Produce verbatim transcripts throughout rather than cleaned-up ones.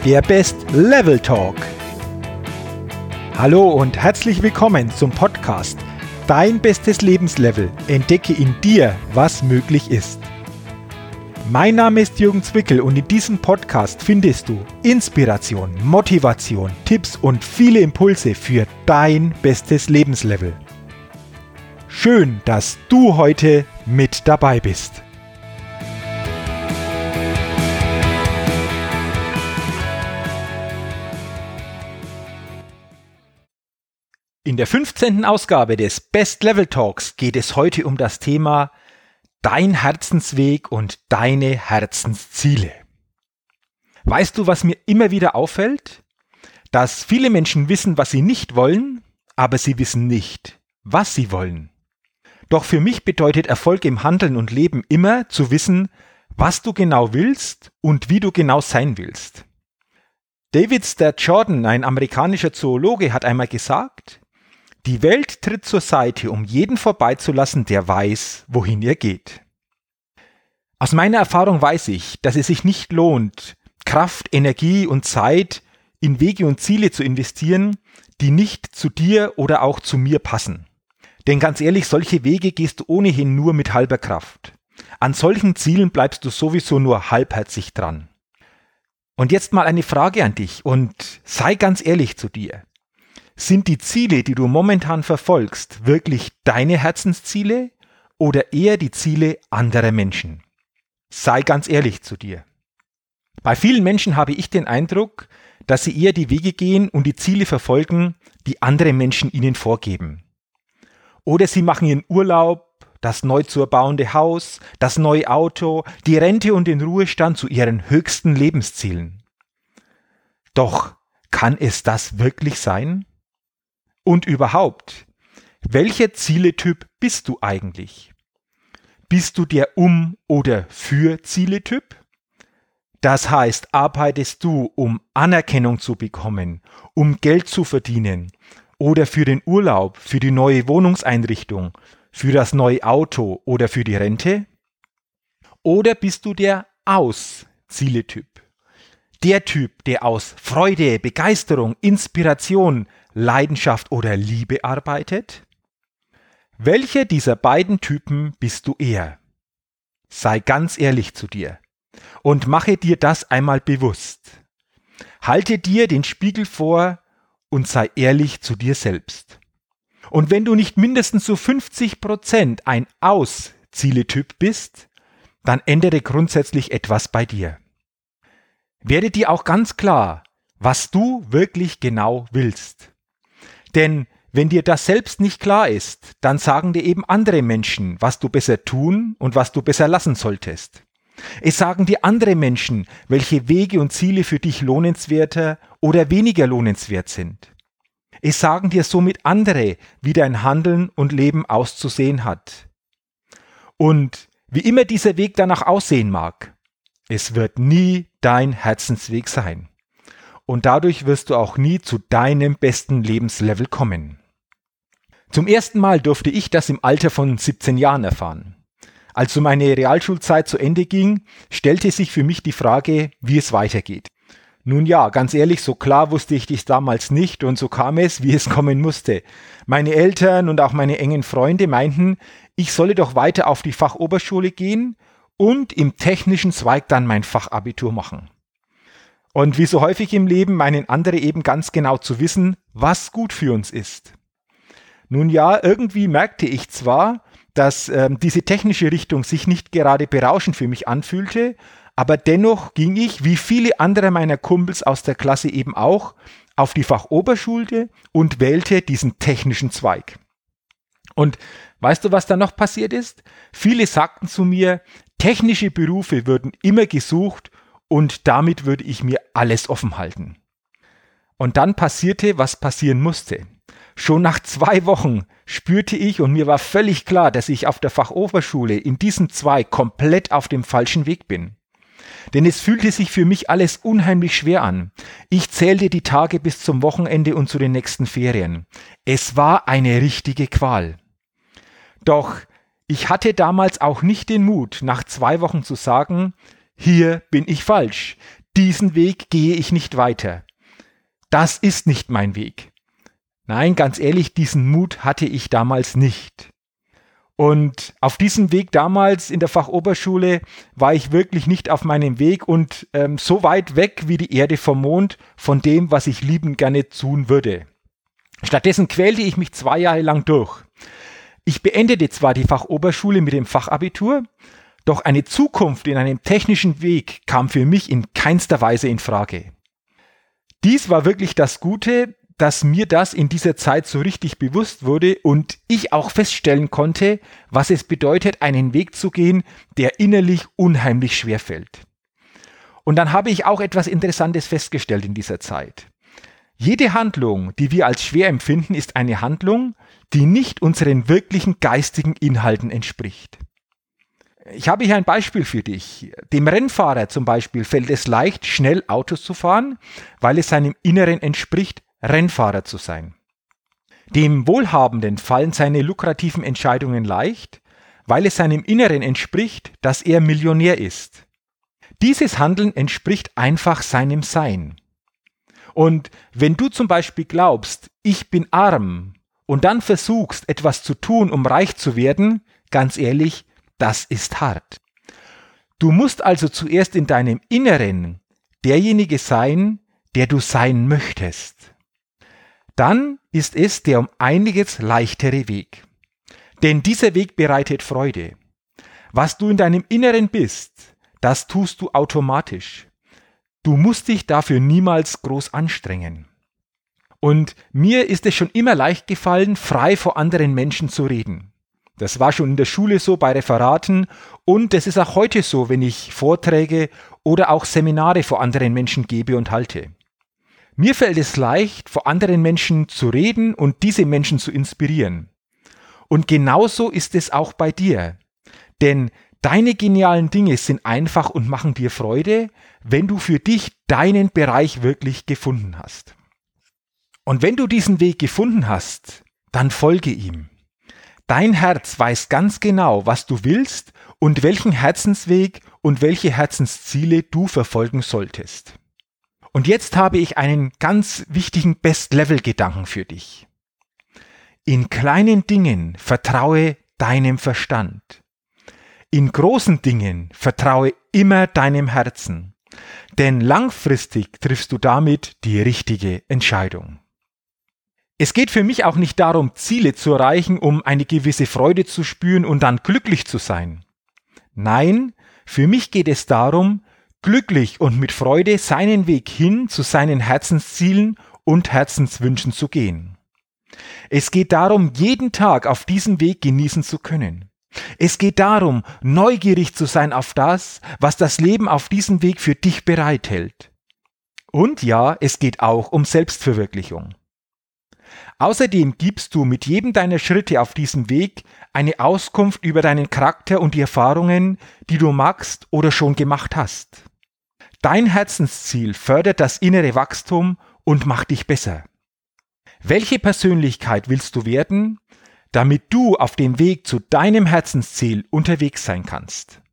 der Best Level Talk. Hallo und herzlich willkommen zum Podcast Dein bestes Lebenslevel. Entdecke in dir, was möglich ist. Mein Name ist Jürgen Zwickel und in diesem Podcast findest du Inspiration, Motivation, Tipps und viele Impulse für dein bestes Lebenslevel. Schön, dass du heute mit dabei bist. In der fünfzehnten Ausgabe des Best Level Talks geht es heute um das Thema Dein Herzensweg und deine Herzensziele. Weißt du, was mir immer wieder auffällt? Dass viele Menschen wissen, was sie nicht wollen, aber sie wissen nicht, was sie wollen. Doch für mich bedeutet Erfolg im Handeln und Leben immer zu wissen, was du genau willst und wie du genau sein willst. David Sturgeon, ein amerikanischer Zoologe, hat einmal gesagt: Die Welt tritt zur Seite, um jeden vorbeizulassen, der weiß, wohin er geht. Aus meiner Erfahrung weiß ich, dass es sich nicht lohnt, Kraft, Energie und Zeit in Wege und Ziele zu investieren, die nicht zu dir oder auch zu mir passen. Denn ganz ehrlich, solche Wege gehst du ohnehin nur mit halber Kraft. An solchen Zielen bleibst du sowieso nur halbherzig dran. Und jetzt mal eine Frage an dich und sei ganz ehrlich zu dir. Sind die Ziele, die du momentan verfolgst, wirklich deine Herzensziele oder eher die Ziele anderer Menschen? Sei ganz ehrlich zu dir. Bei vielen Menschen habe ich den Eindruck, dass sie eher die Wege gehen und die Ziele verfolgen, die andere Menschen ihnen vorgeben. Oder sie machen ihren Urlaub, das neu zu erbauende Haus, das neue Auto, die Rente und den Ruhestand zu ihren höchsten Lebenszielen. Doch kann es das wirklich sein? Und überhaupt, welcher Zieletyp bist du eigentlich? Bist du der Um- oder Für-Zieletyp? Das heißt, arbeitest du, um Anerkennung zu bekommen, um Geld zu verdienen oder für den Urlaub, für die neue Wohnungseinrichtung, für das neue Auto oder für die Rente? Oder bist du der Aus-Zieletyp? Der Typ, der aus Freude, Begeisterung, Inspiration, Leidenschaft oder Liebe arbeitet? Welcher dieser beiden Typen bist du eher? Sei ganz ehrlich zu dir und mache dir das einmal bewusst. Halte dir den Spiegel vor und sei ehrlich zu dir selbst. Und wenn du nicht mindestens zu fünfzig Prozent ein Aus-Zieletyp bist, dann ändere grundsätzlich etwas bei dir. Werde dir auch ganz klar, was du wirklich genau willst. Denn wenn dir das selbst nicht klar ist, dann sagen dir eben andere Menschen, was du besser tun und was du besser lassen solltest. Es sagen dir andere Menschen, welche Wege und Ziele für dich lohnenswerter oder weniger lohnenswert sind. Es sagen dir somit andere, wie dein Handeln und Leben auszusehen hat. Und wie immer dieser Weg danach aussehen mag, es wird nie dein Herzensweg sein. Und dadurch wirst du auch nie zu deinem besten Lebenslevel kommen. Zum ersten Mal durfte ich das im Alter von siebzehn Jahren erfahren. Als so meine Realschulzeit zu Ende ging, stellte sich für mich die Frage, wie es weitergeht. Nun ja, ganz ehrlich, so klar wusste ich dies damals nicht und so kam es, wie es kommen musste. Meine Eltern und auch meine engen Freunde meinten, ich solle doch weiter auf die Fachoberschule gehen und im technischen Zweig dann mein Fachabitur machen. Und wie so häufig im Leben meinen andere eben ganz genau zu wissen, was gut für uns ist. Nun ja, irgendwie merkte ich zwar, dass ähm, diese technische Richtung sich nicht gerade berauschend für mich anfühlte, aber dennoch ging ich, wie viele andere meiner Kumpels aus der Klasse eben auch, auf die Fachoberschule und wählte diesen technischen Zweig. Und weißt du, was da noch passiert ist? Viele sagten zu mir, technische Berufe würden immer gesucht und damit würde ich mir alles offen halten. Und dann passierte, was passieren musste. Schon nach zwei Wochen spürte ich und mir war völlig klar, dass ich auf der Fachoberschule in diesem Zweig komplett auf dem falschen Weg bin. Denn es fühlte sich für mich alles unheimlich schwer an. Ich zählte die Tage bis zum Wochenende und zu den nächsten Ferien. Es war eine richtige Qual. Doch ich hatte damals auch nicht den Mut, nach zwei Wochen zu sagen, hier bin ich falsch. diesen Weg gehe ich nicht weiter. Das ist nicht mein Weg. Nein, ganz ehrlich, diesen Mut hatte ich damals nicht. Und auf diesem Weg damals in der Fachoberschule war ich wirklich nicht auf meinem Weg und ähm, so weit weg wie die Erde vom Mond von dem, was ich liebend gerne tun würde. Stattdessen quälte ich mich zwei Jahre lang durch. Ich beendete zwar die Fachoberschule mit dem Fachabitur, doch eine Zukunft in einem technischen Weg kam für mich in keinster Weise in Frage. Dies war wirklich das Gute, dass mir das in dieser Zeit so richtig bewusst wurde und ich auch feststellen konnte, was es bedeutet, einen Weg zu gehen, der innerlich unheimlich schwer fällt. Und dann habe ich auch etwas Interessantes festgestellt in dieser Zeit. Jede Handlung, die wir als schwer empfinden, ist eine Handlung, die nicht unseren wirklichen geistigen Inhalten entspricht. Ich habe hier ein Beispiel für dich. Dem Rennfahrer zum Beispiel fällt es leicht, schnell Autos zu fahren, weil es seinem Inneren entspricht, Rennfahrer zu sein. Dem Wohlhabenden fallen seine lukrativen Entscheidungen leicht, weil es seinem Inneren entspricht, dass er Millionär ist. Dieses Handeln entspricht einfach seinem Sein. Und wenn du zum Beispiel glaubst, ich bin arm und dann versuchst, etwas zu tun, um reich zu werden, ganz ehrlich, das ist hart. Du musst also zuerst in deinem Inneren derjenige sein, der du sein möchtest. Dann ist es der um einiges leichtere Weg. Denn dieser Weg bereitet Freude. Was du in deinem Inneren bist, das tust du automatisch. Du musst dich dafür niemals groß anstrengen. Und mir ist es schon immer leicht gefallen, frei vor anderen Menschen zu reden. Das war schon in der Schule so bei Referaten und es ist auch heute so, wenn ich Vorträge oder auch Seminare vor anderen Menschen gebe und halte. Mir fällt es leicht, vor anderen Menschen zu reden und diese Menschen zu inspirieren. Und genauso ist es auch bei dir. Denn deine genialen Dinge sind einfach und machen dir Freude, wenn du für dich deinen Bereich wirklich gefunden hast. Und wenn du diesen Weg gefunden hast, dann folge ihm. Dein Herz weiß ganz genau, was du willst und welchen Herzensweg und welche Herzensziele du verfolgen solltest. Und jetzt habe ich einen ganz wichtigen Best-Level-Gedanken für dich. In kleinen Dingen vertraue deinem Verstand. In großen Dingen vertraue immer deinem Herzen, denn langfristig triffst du damit die richtige Entscheidung. Es geht für mich auch nicht darum, Ziele zu erreichen, um eine gewisse Freude zu spüren und dann glücklich zu sein. Nein, für mich geht es darum, glücklich und mit Freude seinen Weg hin zu seinen Herzenszielen und Herzenswünschen zu gehen. Es geht darum, jeden Tag auf diesem Weg genießen zu können. Es geht darum, neugierig zu sein auf das, was das Leben auf diesem Weg für dich bereithält. Und ja, es geht auch um Selbstverwirklichung. Außerdem gibst du mit jedem deiner Schritte auf diesem Weg eine Auskunft über deinen Charakter und die Erfahrungen, die du machst oder schon gemacht hast. Dein Herzensziel fördert das innere Wachstum und macht dich besser. Welche Persönlichkeit willst du werden, damit du auf dem Weg zu deinem Herzensziel unterwegs sein kannst?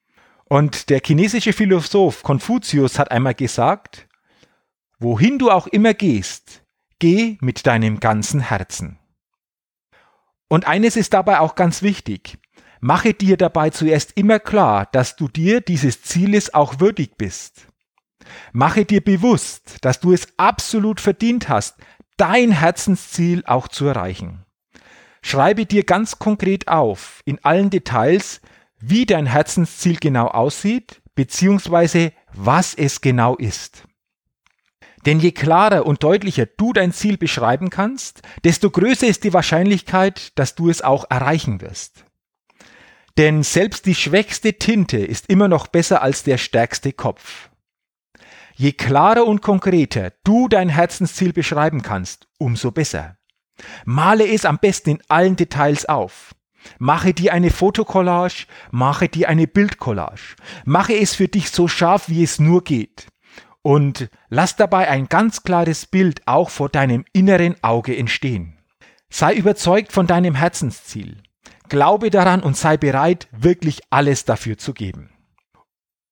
Und der chinesische Philosoph Konfuzius hat einmal gesagt, wohin du auch immer gehst, geh mit deinem ganzen Herzen. Und eines ist dabei auch ganz wichtig. Mache dir dabei zuerst immer klar, dass du dir dieses Zieles auch würdig bist. Mache dir bewusst, dass du es absolut verdient hast, dein Herzensziel auch zu erreichen. Schreibe dir ganz konkret auf, in allen Details, wie dein Herzensziel genau aussieht, beziehungsweise was es genau ist. Denn je klarer und deutlicher du dein Ziel beschreiben kannst, desto größer ist die Wahrscheinlichkeit, dass du es auch erreichen wirst. Denn selbst die schwächste Tinte ist immer noch besser als der stärkste Kopf. Je klarer und konkreter du dein Herzensziel beschreiben kannst, umso besser. Male es am besten in allen Details auf. Mache dir eine Fotokollage, mache dir eine Bildcollage. Mache es für dich so scharf, wie es nur geht. Und lass dabei ein ganz klares Bild auch vor deinem inneren Auge entstehen. Sei überzeugt von deinem Herzensziel. Glaube daran und sei bereit, wirklich alles dafür zu geben.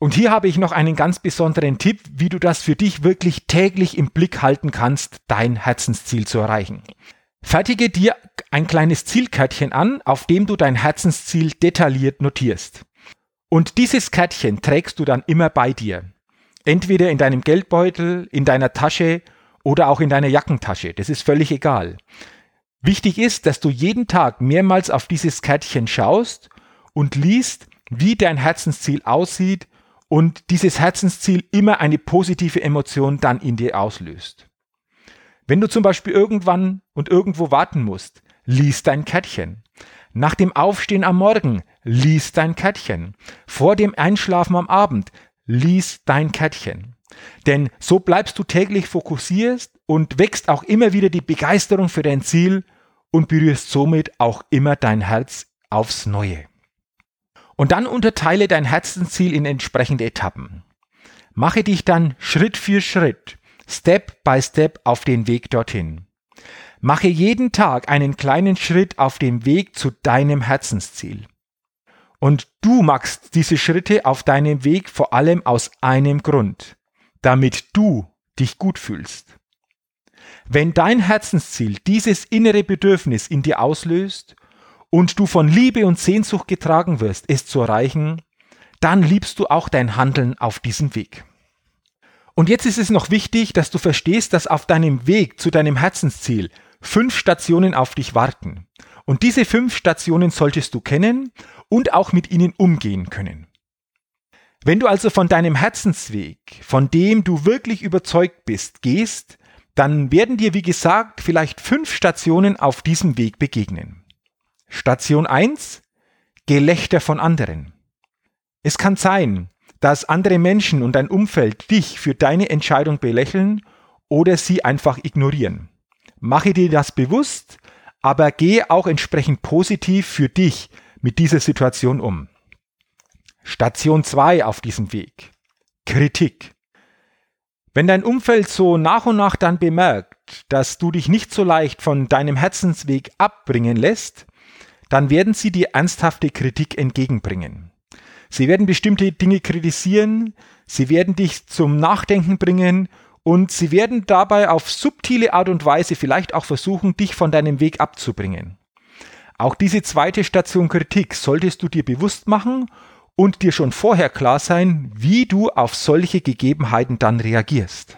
Und hier habe ich noch einen ganz besonderen Tipp, wie du das für dich wirklich täglich im Blick halten kannst, dein Herzensziel zu erreichen. Fertige dir ein kleines Zielkärtchen an, auf dem du dein Herzensziel detailliert notierst. Und dieses Kärtchen trägst du dann immer bei dir. Entweder in deinem Geldbeutel, in deiner Tasche oder auch in deiner Jackentasche. Das ist völlig egal. Wichtig ist, dass du jeden Tag mehrmals auf dieses Kärtchen schaust und liest, wie dein Herzensziel aussieht und dieses Herzensziel immer eine positive Emotion dann in dir auslöst. Wenn du zum Beispiel irgendwann und irgendwo warten musst, lies dein Kärtchen. Nach dem Aufstehen am Morgen, lies dein Kärtchen. Vor dem Einschlafen am Abend, lies dein Kärtchen. Denn so bleibst du täglich fokussiert und wächst auch immer wieder die Begeisterung für dein Ziel und berührst somit auch immer dein Herz aufs Neue. Und dann unterteile dein Herzensziel in entsprechende Etappen. Mache dich dann Schritt für Schritt, Step by Step auf den Weg dorthin. Mache jeden Tag einen kleinen Schritt auf dem Weg zu deinem Herzensziel. Und du machst diese Schritte auf deinem Weg vor allem aus einem Grund, damit du dich gut fühlst. Wenn dein Herzensziel dieses innere Bedürfnis in dir auslöst und du von Liebe und Sehnsucht getragen wirst, es zu erreichen, dann liebst du auch dein Handeln auf diesem Weg. Und jetzt ist es noch wichtig, dass du verstehst, dass auf deinem Weg zu deinem Herzensziel fünf Stationen auf dich warten. Und diese fünf Stationen solltest du kennen und auch mit ihnen umgehen können. Wenn du also von deinem Herzensweg, von dem du wirklich überzeugt bist, gehst, dann werden dir, wie gesagt, vielleicht fünf Stationen auf diesem Weg begegnen. Station eins: Gelächter von anderen. Es kann sein, dass andere Menschen und dein Umfeld dich für deine Entscheidung belächeln oder sie einfach ignorieren. Mache dir das bewusst, aber gehe auch entsprechend positiv für dich mit dieser Situation um. Station zwei auf diesem Weg: Kritik. Wenn dein Umfeld so nach und nach dann bemerkt, dass du dich nicht so leicht von deinem Herzensweg abbringen lässt, dann werden sie dir ernsthafte Kritik entgegenbringen. Sie werden bestimmte Dinge kritisieren, sie werden dich zum Nachdenken bringen und sie werden dabei auf subtile Art und Weise vielleicht auch versuchen, dich von deinem Weg abzubringen. Auch diese zweite Station Kritik solltest du dir bewusst machen und dir schon vorher klar sein, wie du auf solche Gegebenheiten dann reagierst.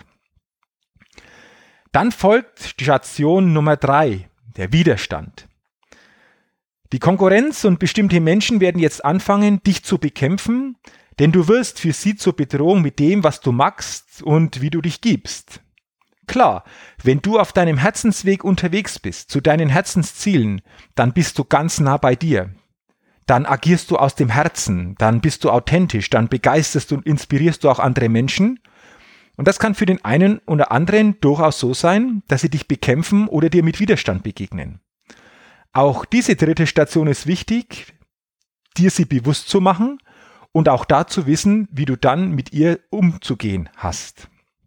Dann folgt Station Nummer drei, der Widerstand. Die Konkurrenz und bestimmte Menschen werden jetzt anfangen, dich zu bekämpfen, denn du wirst für sie zur Bedrohung mit dem, was du magst und wie du dich gibst. Klar, wenn du auf deinem Herzensweg unterwegs bist, zu deinen Herzenszielen, dann bist du ganz nah bei dir. Dann agierst du aus dem Herzen, dann bist du authentisch, dann begeisterst und inspirierst du auch andere Menschen. Und das kann für den einen oder anderen durchaus so sein, dass sie dich bekämpfen oder dir mit Widerstand begegnen. Auch diese dritte Station ist wichtig, dir sie bewusst zu machen und auch da zu wissen, wie du dann mit ihr umzugehen hast.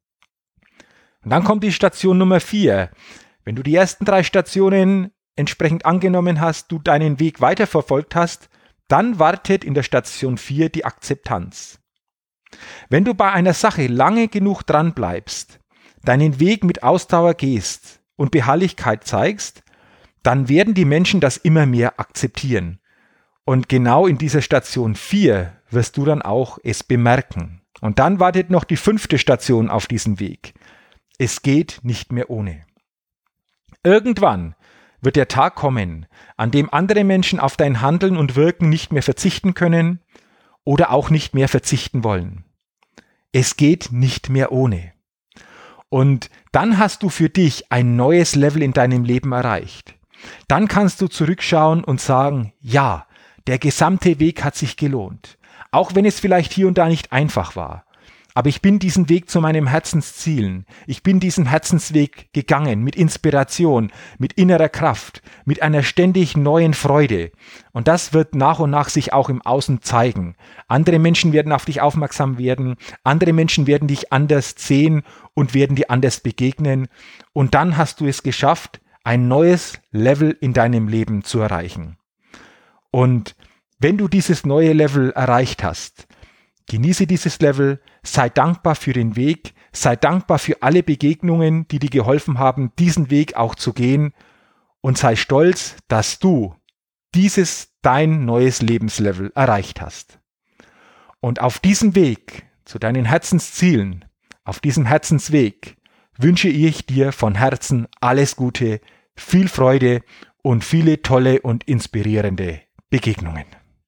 Und dann kommt die Station Nummer vier. Wenn du die ersten drei Stationen entsprechend angenommen hast, du deinen Weg weiterverfolgt hast, dann wartet in der Station vier die Akzeptanz. Wenn du bei einer Sache lange genug dran bleibst, deinen Weg mit Ausdauer gehst und Beharrlichkeit zeigst, dann werden die Menschen das immer mehr akzeptieren. Und genau in dieser Station vier wirst du dann auch es bemerken. Und dann wartet noch die fünfte Station auf diesem Weg. Es geht nicht mehr ohne. Irgendwann wird der Tag kommen, an dem andere Menschen auf dein Handeln und Wirken nicht mehr verzichten können oder auch nicht mehr verzichten wollen. Es geht nicht mehr ohne. Und dann hast du für dich ein neues Level in deinem Leben erreicht. Dann kannst du zurückschauen und sagen, ja, der gesamte Weg hat sich gelohnt. Auch wenn es vielleicht hier und da nicht einfach war. Aber ich bin diesen Weg zu meinem Herzenszielen. Ich bin diesen Herzensweg gegangen mit Inspiration, mit innerer Kraft, mit einer ständig neuen Freude. Und das wird nach und nach sich auch im Außen zeigen. Andere Menschen werden auf dich aufmerksam werden. Andere Menschen werden dich anders sehen und werden dir anders begegnen. Und dann hast du es geschafft, ein neues Level in deinem Leben zu erreichen. Und wenn du dieses neue Level erreicht hast, Genieße dieses Level, sei dankbar für den Weg, sei dankbar für alle Begegnungen, die dir geholfen haben, diesen Weg auch zu gehen und sei stolz, dass du dieses dein neues Lebenslevel erreicht hast. Und auf diesem Weg zu deinen Herzenszielen, auf diesem Herzensweg wünsche ich dir von Herzen alles Gute, viel Freude und viele tolle und inspirierende Begegnungen.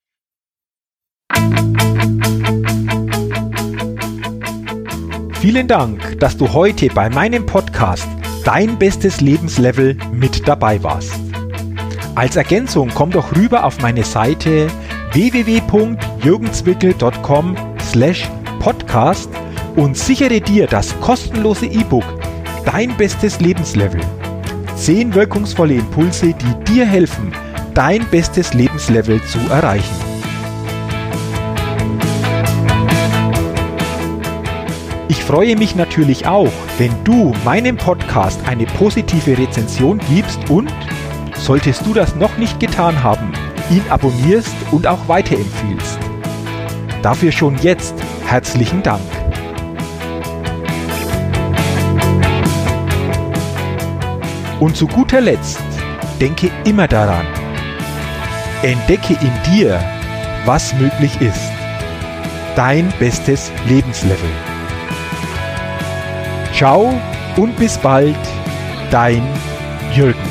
Vielen Dank, dass du heute bei meinem Podcast Dein bestes Lebenslevel mit dabei warst. Als Ergänzung komm doch rüber auf meine Seite w w w punkt jürgenzwickel punkt com slash podcast und sichere dir das kostenlose E-Book Dein bestes Lebenslevel. Zehn wirkungsvolle Impulse, die dir helfen, dein bestes Lebenslevel zu erreichen. Ich freue mich natürlich auch, wenn du meinem Podcast eine positive Rezension gibst und, solltest du das noch nicht getan haben, ihn abonnierst und auch weiterempfiehlst. Dafür schon jetzt herzlichen Dank. Und zu guter Letzt, denke immer daran, entdecke in dir, was möglich ist. Dein bestes Lebenslevel. Ciao und bis bald, dein Jürgen.